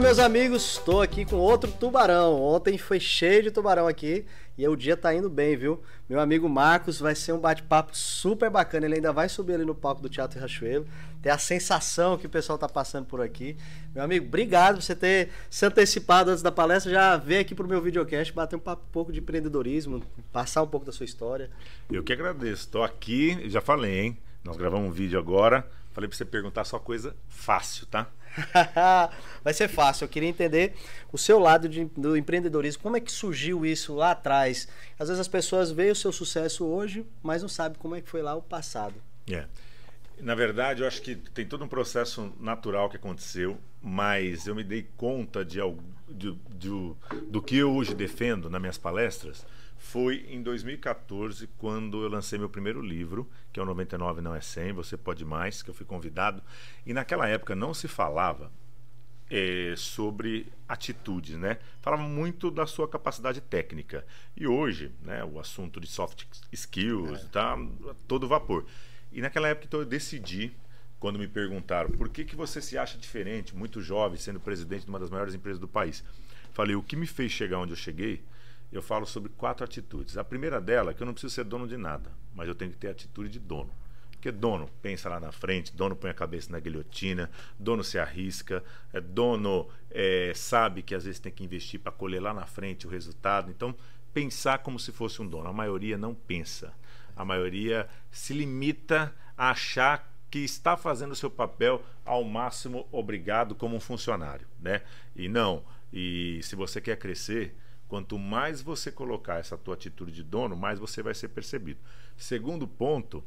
meus amigos, estou aqui com outro tubarão. Ontem foi cheio de tubarão aqui e o dia tá indo bem, viu? Meu amigo Marcos, vai ser um bate-papo super bacana. Ele ainda vai subir ali no palco do Teatro Riachuelo, ter a sensação que o pessoal tá passando por aqui. Meu amigo, obrigado por você ter se antecipado antes da palestra, já veio aqui pro meu videocast, bater um papo um pouco de empreendedorismo, passar um pouco da sua história. Eu que agradeço. Estou aqui, já falei, hein? Nós gravamos um vídeo agora. Falei para você perguntar só coisa fácil, tá? Vai ser fácil. Eu queria entender o seu lado do empreendedorismo. Como é que surgiu isso lá atrás? Às vezes as pessoas veem o seu sucesso hoje, mas não sabem como é que foi lá o passado. Na verdade, eu acho que tem todo um processo natural que aconteceu, mas eu me dei conta do que eu hoje defendo nas minhas palestras. Foi em 2014, quando eu lancei meu primeiro livro, que é o 99 Não É 100, Você Pode Mais, que eu fui convidado. E naquela época não se falava sobre atitudes, né? Falava muito da sua capacidade técnica. E hoje, né, o assunto de soft skills está a todo vapor. E naquela época então, eu decidi, quando me perguntaram por que você se acha diferente, muito jovem, sendo presidente de uma das maiores empresas do país. Falei, o que me fez chegar onde eu cheguei? Eu falo sobre 4 atitudes. A primeira dela é que eu não preciso ser dono de nada, mas eu tenho que ter atitude de dono. Porque dono pensa lá na frente, dono põe a cabeça na guilhotina, dono se arrisca, dono sabe que às vezes tem que investir para colher lá na frente o resultado. Então, pensar como se fosse um dono. A maioria não pensa. A maioria se limita a achar que está fazendo o seu papel ao máximo obrigado como um funcionário, né? E não. E se você quer crescer, quanto mais você colocar essa tua atitude de dono, mais você vai ser percebido. Segundo ponto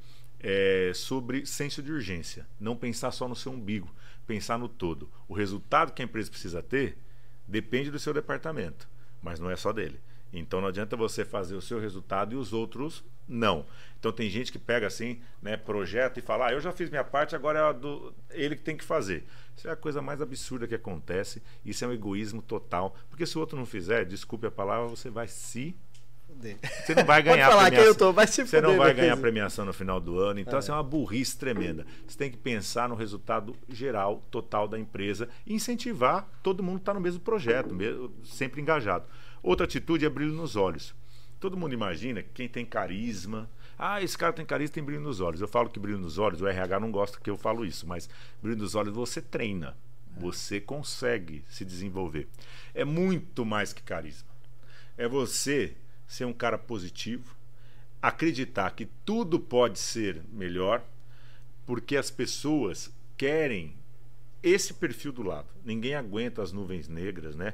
é sobre senso de urgência. Não pensar só no seu umbigo, pensar no todo. O resultado que a empresa precisa ter depende do seu departamento, mas não é só dele. Então não adianta você fazer o seu resultado e os outros não. Então tem gente que pega assim, né, projeta e fala, eu já fiz minha parte, agora é ele que tem que fazer. Isso é a coisa mais absurda que acontece. Isso é um egoísmo total. Porque se o outro não fizer, desculpe a palavra, você vai se fuder. Você não vai ganhar premiação. Você não vai ganhar premiação no final do ano. Então, assim, é uma burrice tremenda. Você tem que pensar no resultado geral, total da empresa e incentivar todo mundo que está no mesmo projeto, sempre engajado. Outra atitude é brilho nos olhos. Todo mundo imagina que quem tem carisma, esse cara tem carisma, tem brilho nos olhos. Eu falo que brilho nos olhos, o RH não gosta que eu falo isso, mas brilho nos olhos você treina, você consegue se desenvolver. É muito mais que carisma. É você ser um cara positivo, acreditar que tudo pode ser melhor, porque as pessoas querem esse perfil do lado. Ninguém aguenta as nuvens negras, né?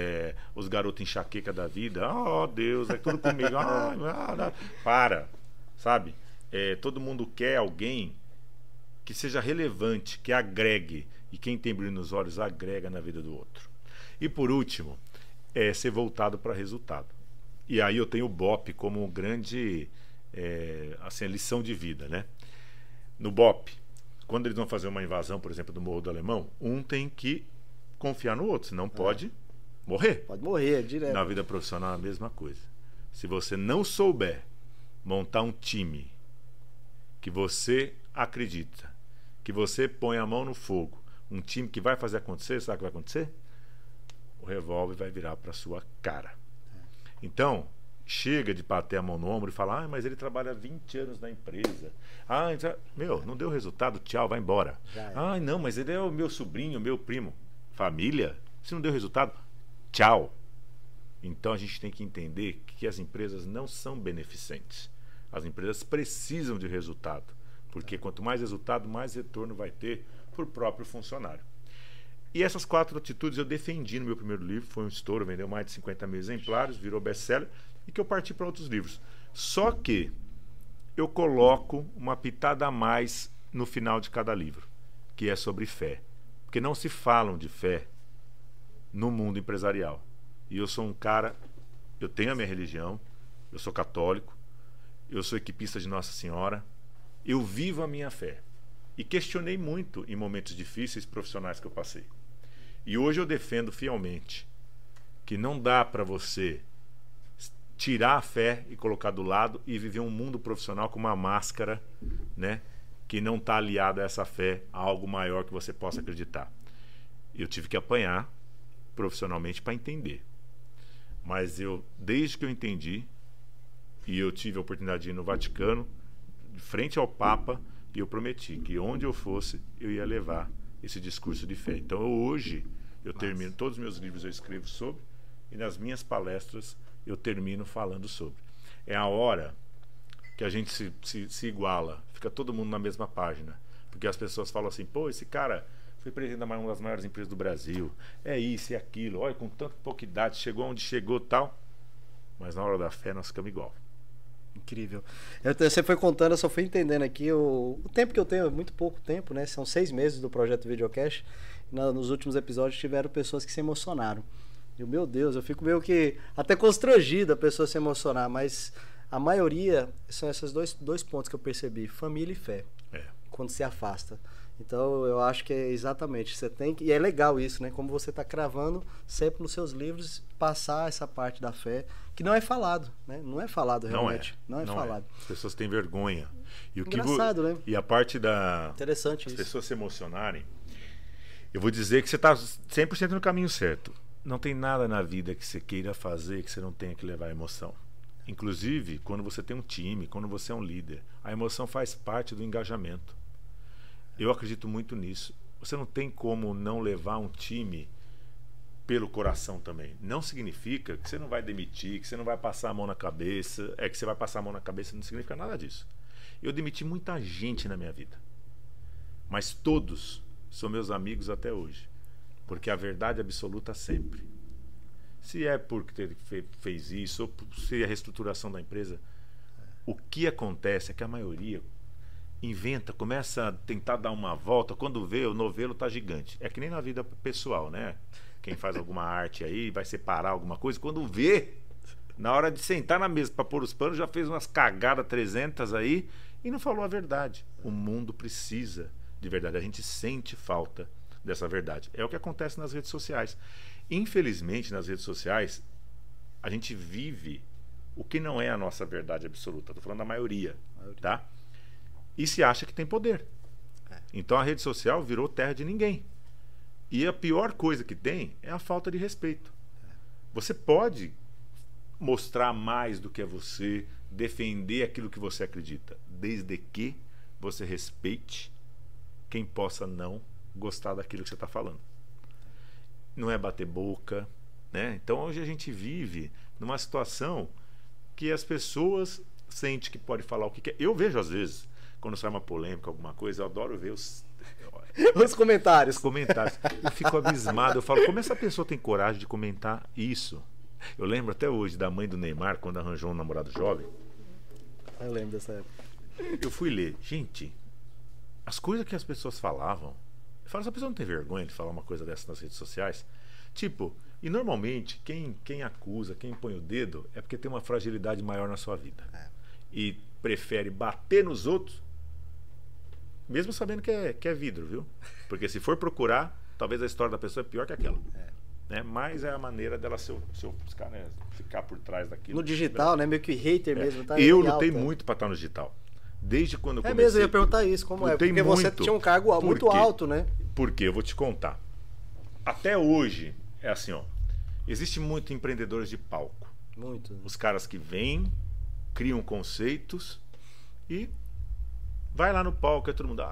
Os garotos enxaqueca da vida. Deus, é tudo comigo. Para, sabe? Todo mundo quer alguém que seja relevante, que agregue. E quem tem brilho nos olhos agrega na vida do outro. E por último, ser voltado para resultado. E aí eu tenho o BOP como um grande assim, lição de vida, né? No BOP, quando eles vão fazer uma invasão, por exemplo, do Morro do Alemão, um tem que confiar no outro, senão pode morrer. Pode morrer, direto. Na vida profissional é a mesma coisa. Se você não souber montar um time que você acredita, que você põe a mão no fogo, um time que vai fazer acontecer, sabe o que vai acontecer? O revólver vai virar para sua cara. Então, chega de bater a mão no ombro e falar, mas ele trabalha 20 anos na empresa. Não deu resultado, tchau, vai embora. Não, mas ele é o meu sobrinho, meu primo. Família, se não deu resultado, tchau. Então a gente tem que entender que as empresas não são beneficentes. As empresas precisam de resultado, porque quanto mais resultado, mais retorno vai ter para o próprio funcionário. E essas 4 atitudes eu defendi no meu primeiro livro, foi um estouro, vendeu mais de 50 mil exemplares, virou best-seller, e que eu parti para outros livros. Só que eu coloco uma pitada a mais no final de cada livro, que é sobre fé. Porque não se falam de fé no mundo empresarial. E eu sou um cara, eu tenho a minha religião, eu sou católico, eu sou equipista de Nossa Senhora, eu vivo a minha fé. E questionei muito em momentos difíceis profissionais que eu passei. E hoje eu defendo fielmente que não dá para você tirar a fé e colocar do lado e viver um mundo profissional com uma máscara, né, que não está aliada a essa fé, a algo maior que você possa acreditar. Eu tive que apanhar profissionalmente para entender. Mas desde que eu entendi, e eu tive a oportunidade de ir no Vaticano, de frente ao Papa, e eu prometi que onde eu fosse, eu ia levar esse discurso de fé. Então hoje, eu termino, todos os meus livros eu escrevo sobre, e nas minhas palestras eu termino falando sobre. É a hora que a gente se iguala, fica todo mundo na mesma página. Porque as pessoas falam assim, pô, esse cara foi presidente de uma das maiores empresas do Brasil, é isso e aquilo, olha, com tanta pouca idade, chegou onde chegou tal. Mas na hora da fé nós ficamos igual. Incrível. Você foi contando, eu só fui entendendo aqui o tempo que eu tenho, é muito pouco tempo, né? São 6 meses do projeto Videocast. Nos últimos episódios tiveram pessoas que se emocionaram. E, meu Deus, eu fico meio que até constrangido a pessoa se emocionar, mas a maioria são esses dois pontos que eu percebi, família e fé, quando se afasta. Então eu acho que é exatamente, você tem que, e é legal isso, né? Como você está cravando sempre nos seus livros, passar essa parte da fé, que não é falado, né? Não é falado realmente. Não é falado. As pessoas têm vergonha. E Engraçado, né? E a parte da... Interessante as isso. pessoas se emocionarem, eu vou dizer que você está 100% no caminho certo. Não tem nada na vida que você queira fazer que você não tenha que levar emoção. Inclusive, quando você tem um time, quando você é um líder, a emoção faz parte do engajamento. Eu acredito muito nisso. Você não tem como não levar um time pelo coração também. Não significa que você não vai demitir, que você não vai passar a mão na cabeça. É que você vai passar a mão na cabeça, não significa nada disso. Eu demiti muita gente na minha vida. Mas todos são meus amigos até hoje. Porque a verdade absoluta sempre. Se é porque fez isso, ou se é a reestruturação da empresa, o que acontece é que a maioria inventa, começa a tentar dar uma volta, quando vê, o novelo tá gigante. É que nem na vida pessoal, né? Quem faz alguma arte aí, vai separar alguma coisa, quando vê, na hora de sentar na mesa para pôr os panos, já fez umas cagadas 300 aí e não falou a verdade. O mundo precisa de verdade, a gente sente falta dessa verdade. É o que acontece nas redes sociais. Infelizmente, nas redes sociais, a gente vive o que não é a nossa verdade absoluta. Estou falando da maioria, tá? E se acha que tem poder. Então a rede social virou terra de ninguém. E a pior coisa que tem é a falta de respeito. Você pode mostrar mais do que é você, defender aquilo que você acredita, desde que você respeite quem possa não gostar daquilo que você está falando. Não é bater boca, né? Então hoje a gente vive numa situação que as pessoas sentem que pode falar o que quer. Eu vejo às vezes, quando sai uma polêmica, alguma coisa, eu adoro ver os comentários. Eu fico abismado. Eu falo, como essa pessoa tem coragem de comentar isso? Eu lembro até hoje da mãe do Neymar, quando arranjou um namorado jovem. Eu lembro dessa época. Eu fui ler. Gente, as coisas que as pessoas falavam. Eu falo, essa pessoa não tem vergonha de falar uma coisa dessa nas redes sociais? Tipo, e normalmente, quem acusa, quem põe o dedo, é porque tem uma fragilidade maior na sua vida. E prefere bater nos outros, mesmo sabendo que é vidro, viu? Porque se for procurar, talvez a história da pessoa é pior que aquela. Né? Mas é a maneira dela ficar por trás daquilo. No digital, né? Meio que hater mesmo. Tá eu lutei muito para estar no digital. Desde quando eu comecei. Mesmo, eu ia perguntar isso, como é? Porque você tinha um cargo muito alto, né? Porque eu vou te contar. Até hoje, é assim, ó. Existe muito empreendedores de palco. Muito. Os caras que vêm, criam conceitos e vai lá no palco e todo mundo.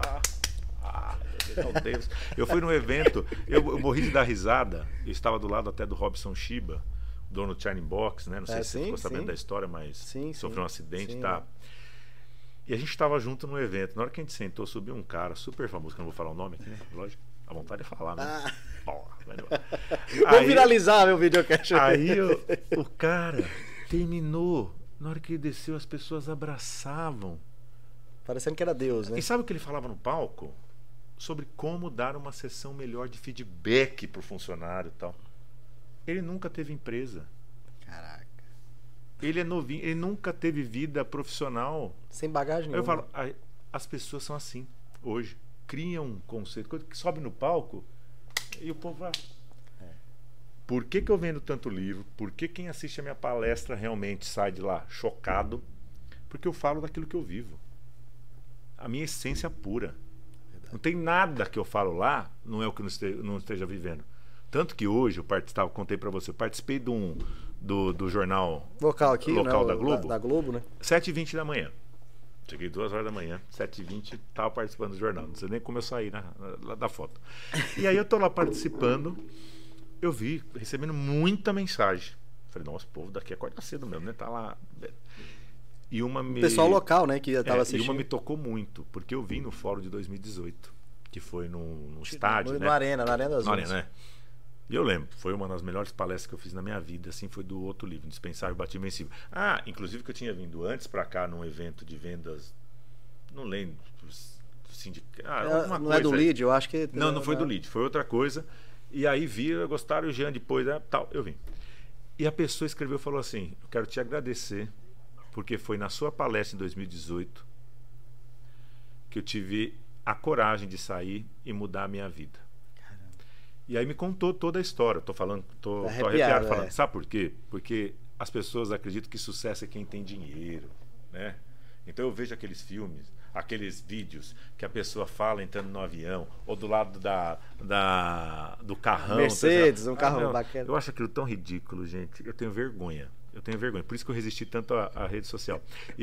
Meu Deus. Eu fui num evento, eu morri de dar risada. Eu estava do lado até do Robson Shiba, dono do Shining Box, né? Não sei se você ficou sabendo da história, mas sofreu um acidente, tá? E a gente estava junto no evento. Na hora que a gente sentou, subiu um cara super famoso, que eu não vou falar o nome aqui, né? Lógico. A vontade de falar, né? Vou viralizar meu videocast. Aí o cara terminou. Na hora que ele desceu, as pessoas abraçavam. Parecendo que era Deus, né? E sabe o que ele falava no palco? Sobre como dar uma sessão melhor de feedback pro funcionário e tal. Ele nunca teve empresa. Caraca. Ele é novinho, ele nunca teve vida profissional. Sem bagagem nenhuma. Eu falo, as pessoas são assim hoje. Criam um conceito, quando sobe no palco e o povo vai. Por que eu vendo tanto livro? Por que quem assiste a minha palestra realmente sai de lá chocado? Porque eu falo daquilo que eu vivo. A minha essência pura. Não tem nada que eu falo lá, não é o que eu não esteja vivendo. Tanto que hoje, contei para você, eu participei do jornal local aqui, local né? da Globo. Da Globo, né? 7h20 da manhã. Cheguei 2 horas da manhã, 7h20, estava participando do jornal. Não sei nem como eu saí lá da foto. E aí eu tô lá participando, eu vi, recebendo muita mensagem. Falei, nossa, o povo daqui acorda cedo mesmo, né? Tá lá. E uma O pessoal local, né, que estava assistindo. E uma me tocou muito, porque eu vi no fórum de 2018, que foi no estádio, no né? Arena, na Arena das Na Dunas. Arena, né? E eu lembro, foi uma das melhores palestras que eu fiz na minha vida, assim, foi do outro livro, Indispensável Bati Invencível. Ah, inclusive que eu tinha vindo antes pra cá num evento de vendas, não lembro, sindicato, Não é do Lead, eu acho que... Não foi do Lead, foi outra coisa. E aí gostaram, o Jean depois, tal, eu vim. E a pessoa escreveu e falou assim, eu quero te agradecer, porque foi na sua palestra em 2018 que eu tive a coragem de sair e mudar a minha vida. E aí me contou toda a história. Tô arrepiado falando. Sabe por quê? Porque as pessoas acreditam que sucesso é quem tem dinheiro, né? Então eu vejo aqueles filmes, aqueles vídeos que a pessoa fala entrando no avião ou do lado do carrão. Mercedes, um carro bacana. Eu acho aquilo tão ridículo, gente. Eu tenho vergonha. Por isso que eu resisti tanto à rede social.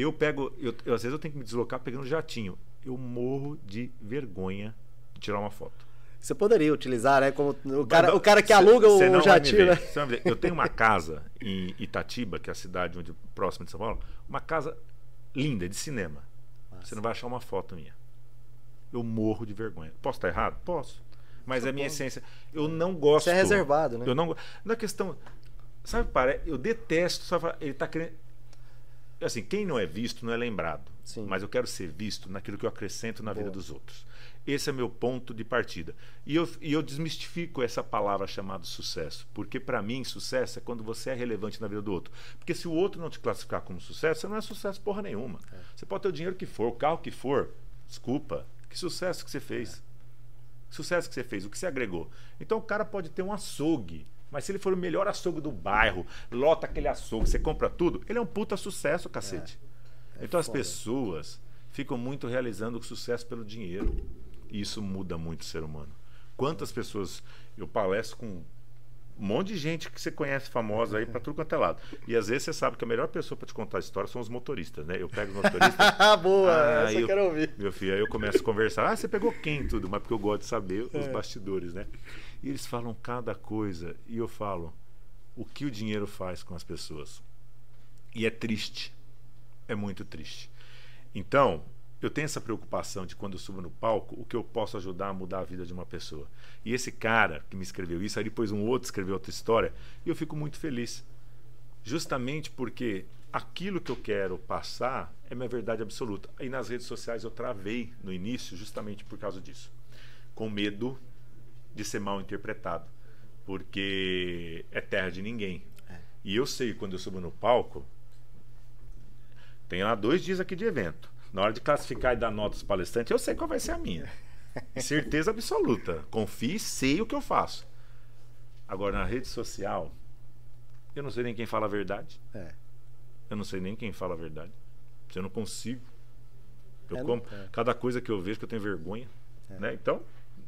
Às vezes eu tenho que me deslocar pegando jatinho. Eu morro de vergonha de tirar uma foto. Você poderia utilizar, né? Como o cara que aluga o jatinho, né? Eu tenho uma casa em Itatiba, que é a cidade próxima de São Paulo, uma casa linda, de cinema. Nossa. Você não vai achar uma foto minha. Eu morro de vergonha. Posso estar errado? Posso. Mas é a minha essência. Eu não gosto. Você é reservado, né? Eu não é questão. Sabe, eu detesto. Ele está querendo. Assim, quem não é visto não é lembrado. Sim. Mas eu quero ser visto naquilo que eu acrescento na vida dos outros. Esse é meu ponto de partida. E eu desmistifico essa palavra chamada sucesso. Porque para mim, sucesso é quando você é relevante na vida do outro. Porque se o outro não te classificar como sucesso, você não é sucesso porra nenhuma. Você pode ter o dinheiro que for, o carro que for. Desculpa. Que sucesso que você fez. Que sucesso que você fez. O que você agregou. Então o cara pode ter um açougue. Mas se ele for o melhor açougue do bairro, lota aquele açougue, você compra tudo, ele é um puta sucesso, cacete. Então as pessoas ficam muito realizando o sucesso pelo dinheiro. E isso muda muito o ser humano. Quantas pessoas... Eu palestro com um monte de gente que você conhece famosa aí para tudo quanto é lado. E às vezes você sabe que a melhor pessoa para te contar a história são os motoristas, né? Eu pego os motoristas... Boa, essa eu quero ouvir. Meu filho, aí eu começo a conversar. Você pegou quem tudo? Mas porque eu gosto de saber os bastidores, né? E eles falam cada coisa. E eu falo o que o dinheiro faz com as pessoas. E é triste. É muito triste. Então... eu tenho essa preocupação de quando eu subo no palco, o que eu posso ajudar a mudar a vida de uma pessoa. E esse cara que me escreveu isso, aí depois um outro escreveu outra história, e eu fico muito feliz. Justamente porque aquilo que eu quero passar é minha verdade absoluta. E nas redes sociais eu travei no início justamente por causa disso. Com medo de ser mal interpretado. Porque é terra de ninguém. E eu sei que quando eu subo no palco, tem lá 2 dias aqui de evento. Na hora de classificar e dar notas aos palestrantes, eu sei qual vai ser a minha. Certeza absoluta. Confie e sei o que eu faço. Agora, na rede social, eu não sei nem quem fala a verdade. Eu não sei nem quem fala a verdade. Eu não consigo. Cada coisa que eu vejo que eu tenho vergonha. Né? Então,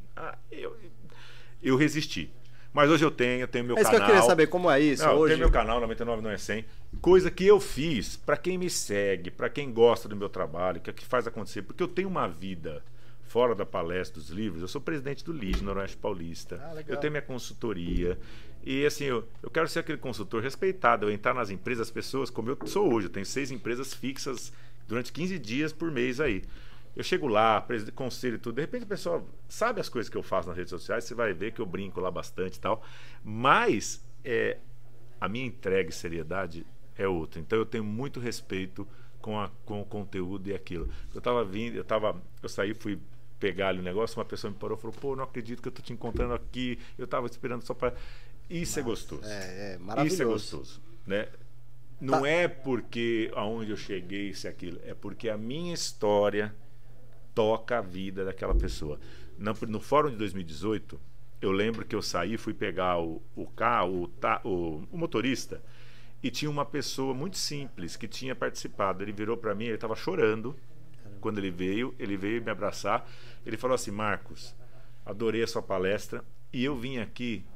eu resisti. Mas hoje eu tenho meu canal. Mas que eu queria saber como é isso. Eu hoje... tenho meu canal, 99 não é 100. Coisa que eu fiz para quem me segue, para quem gosta do meu trabalho, que faz acontecer. Porque eu tenho uma vida fora da palestra dos livros. Eu sou presidente do LID, Noroeste Paulista. Eu tenho minha consultoria. E assim, eu quero ser aquele consultor respeitado. Eu entrar nas empresas, as pessoas, como eu sou hoje. Eu tenho 6 empresas fixas durante 15 dias por mês aí. Eu chego lá, conselho e tudo. De repente o pessoal sabe as coisas que eu faço nas redes sociais. Você vai ver que eu brinco lá bastante e tal. Mas a minha entrega e seriedade é outra. Então eu tenho muito respeito com o conteúdo e aquilo. Eu saí, fui pegar ali o negócio, uma pessoa me parou e falou: pô, não acredito que eu tô te encontrando aqui. Eu tava esperando só para... Isso é gostoso. Maravilhoso. Isso é gostoso, né? Não é porque aonde eu cheguei, isso e aquilo. É porque a minha história toca a vida daquela pessoa. No fórum de 2018, eu lembro que eu saí, fui pegar o carro, o motorista, e tinha uma pessoa muito simples que tinha participado. Ele virou para mim, ele estava chorando. Quando ele veio me abraçar. Ele falou assim: Marcos, adorei a sua palestra e eu vim aqui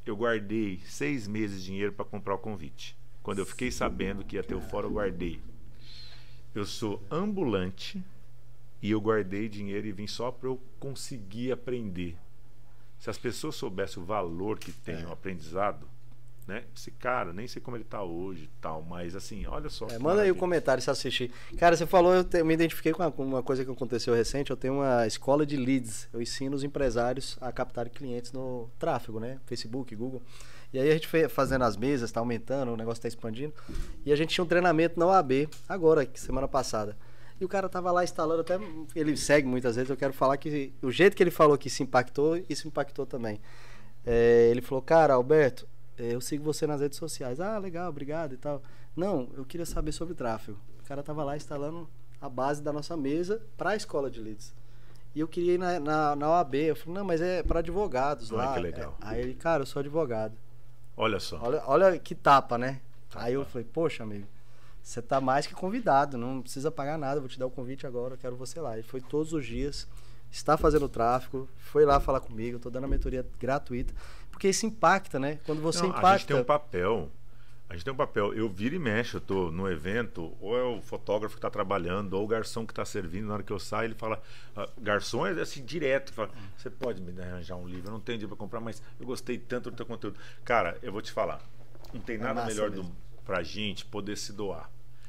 eu guardei 6 meses de dinheiro para comprar o convite. Quando eu fiquei sabendo que ia ter o fórum, eu guardei. Eu sou ambulante e eu guardei dinheiro e vim só para eu conseguir aprender. Se as pessoas soubessem o valor que tem o aprendizado, né? Esse cara, nem sei como ele tá hoje, tal, mas assim, olha só. Manda aí o comentário se assistir. Cara, você falou, eu me identifiquei com uma coisa que aconteceu recente. Eu tenho uma escola de leads. Eu ensino os empresários a captar clientes no tráfego, né? Facebook, Google. E aí a gente foi fazendo as mesas, tá aumentando, o negócio tá expandindo. E a gente tinha um treinamento na OAB, agora, semana passada. E o cara tava lá instalando, até ele segue muitas vezes, eu quero falar que o jeito que ele falou que se impactou, isso impactou também. Ele falou, cara, Alberto, eu sigo você nas redes sociais. Ah, legal, obrigado e tal. Não, eu queria saber sobre tráfego. O cara tava lá instalando a base da nossa mesa para a escola de leads. E eu queria ir na OAB. Eu falei, não, mas é para advogados lá. Que legal. Aí ele, cara, eu sou advogado. Olha só. Olha que tapa, né? Aí eu falei, poxa, amigo, você tá mais que convidado, não precisa pagar nada, vou te dar o convite agora, eu quero você lá. Ele foi todos os dias, está fazendo tráfego, foi lá falar comigo, tô dando a mentoria gratuita. Porque isso impacta, né? Quando você impacta... A gente tem um papel. Eu viro e mexo, eu tô no evento, ou é o fotógrafo que tá trabalhando, ou o garçom que tá servindo, na hora que eu saio, ele fala... garçom é assim, direto, fala, você pode me arranjar um livro? Eu não tenho dinheiro pra comprar, mas eu gostei tanto do teu conteúdo. Cara, eu vou te falar, não tem nada melhor pra gente poder se doar.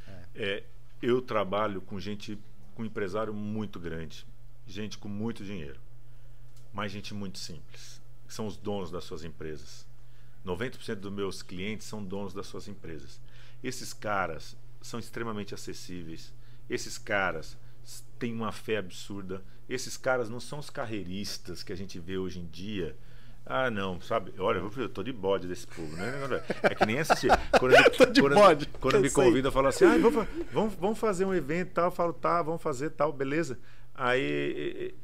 Eu trabalho com gente, com empresário muito grande, gente com muito dinheiro, mas gente muito simples. São os donos das suas empresas. 90% dos meus clientes são donos das suas empresas. Esses caras são extremamente acessíveis. Esses caras têm uma fé absurda. Esses caras não são os carreiristas que a gente vê hoje em dia. Ah, não, sabe? Olha, eu tô de bode desse povo, né? É que nem assistir. Quando me convida, eu falo assim, vamos fazer um evento tal, eu falo, tá, vamos fazer tal, beleza. Aí...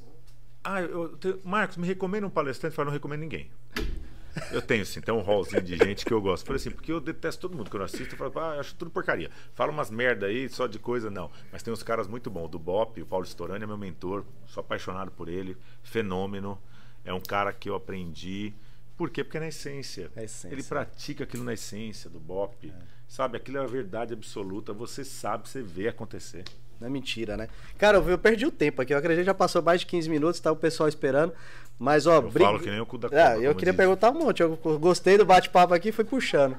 Marcos, me recomenda um palestrante? Eu falo, não recomendo ninguém. Eu tenho sim, tem um hallzinho de gente que eu gosto. Falei assim, porque eu detesto todo mundo que eu não assisto. Eu falo, eu acho tudo porcaria. Fala umas merda aí, só de coisa, não. Mas tem uns caras muito bons. Do Bop, o Paulo Storani é meu mentor. Sou apaixonado por ele. Fenômeno. É um cara que eu aprendi. Por quê? Porque é na essência. Ele pratica aquilo na essência do Bop. Sabe, aquilo é a verdade absoluta. Você sabe, você vê acontecer. Não é mentira, né? Cara, eu perdi o tempo aqui. Eu acredito que já passou mais de 15 minutos, tá o pessoal esperando. Mas, ó... Eu falo que nem o cu da cobra, eu queria perguntar um monte. Eu gostei do bate-papo aqui e fui puxando.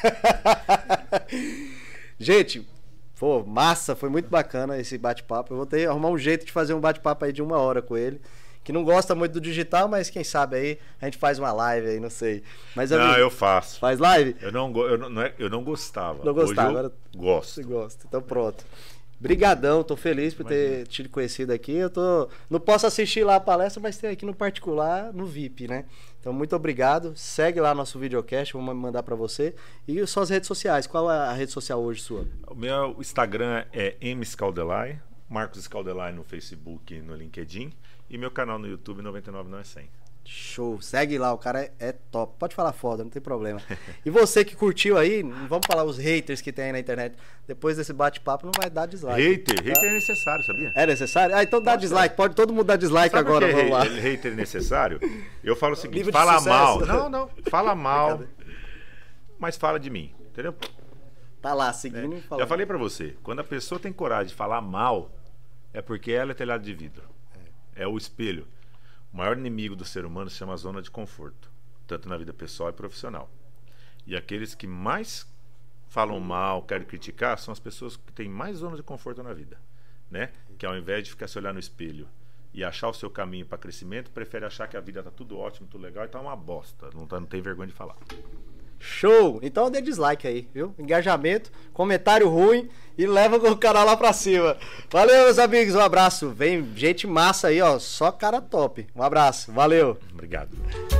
Gente, pô, massa. Foi muito bacana esse bate-papo. Eu vou ter que arrumar um jeito de fazer um bate-papo aí de 1 hora com ele. Que não gosta muito do digital, mas quem sabe aí a gente faz uma live aí, não sei. Mas, não, eu faço. Faz live? Eu não gostava. Não gostava, hoje agora gosto. Você gosta, então pronto. Brigadão, tô feliz por ter te conhecido aqui. Não posso assistir lá a palestra, mas tem aqui no particular, no VIP, né? Então, muito obrigado. Segue lá nosso videocast, vou mandar para você. E suas redes sociais, qual é a rede social hoje sua? O meu Instagram é mscaldelai, Marcos Scaldelai no Facebook e no LinkedIn. E meu canal no YouTube, 99 não é 100. Show, segue lá, o cara é top. Pode falar foda, não tem problema. E você que curtiu aí, vamos falar os haters que tem aí na internet. Depois desse bate-papo não vai dar dislike. Hater é necessário, sabia? É necessário? Ah, então dá dislike, pode todo mundo dar dislike. Sabe agora, vamos lá. Hater necessário? Eu falo o seguinte, fala mal. Não, fala mal, mas fala de mim, entendeu? Tá lá, seguindo e falando. Já falei pra você, quando a pessoa tem coragem de falar mal, é porque ela é telhado de vidro. É o espelho. O maior inimigo do ser humano se chama zona de conforto, tanto na vida pessoal e profissional. E aqueles que mais falam mal, querem criticar, são as pessoas que têm mais zona de conforto na vida, né? Que ao invés de ficar se olhar no espelho e achar o seu caminho para crescimento, prefere achar que a vida tá tudo ótimo, tudo legal e tá uma bosta. Não tem vergonha de falar. Show! Então dê dislike aí, viu? Engajamento, comentário ruim e leva o canal lá pra cima. Valeu, meus amigos, um abraço. Vem gente massa aí, ó, só cara top. Um abraço, valeu. Obrigado.